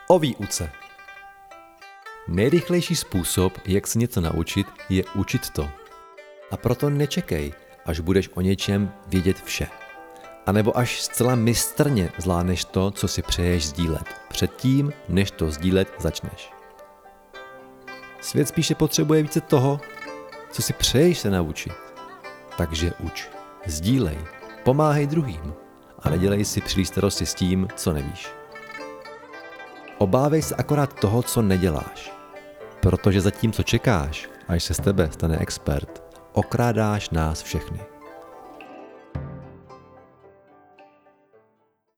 O výuce. Nejrychlejší způsob, jak se něco naučit, je učit to. A proto nečekej, až budeš o něčem vědět vše. A nebo až zcela mistrně zvládneš to, co si přeješ sdílet, předtím, než to sdílet začneš. Svět spíše potřebuje více toho, co si přeješ se naučit. Takže uč, sdílej, pomáhej druhým a nedělej si příliš starosti s tím, co nevíš. Obávej se akorát toho, co neděláš, protože zatímco čekáš, až se z tebe stane expert, okrádáš nás všechny.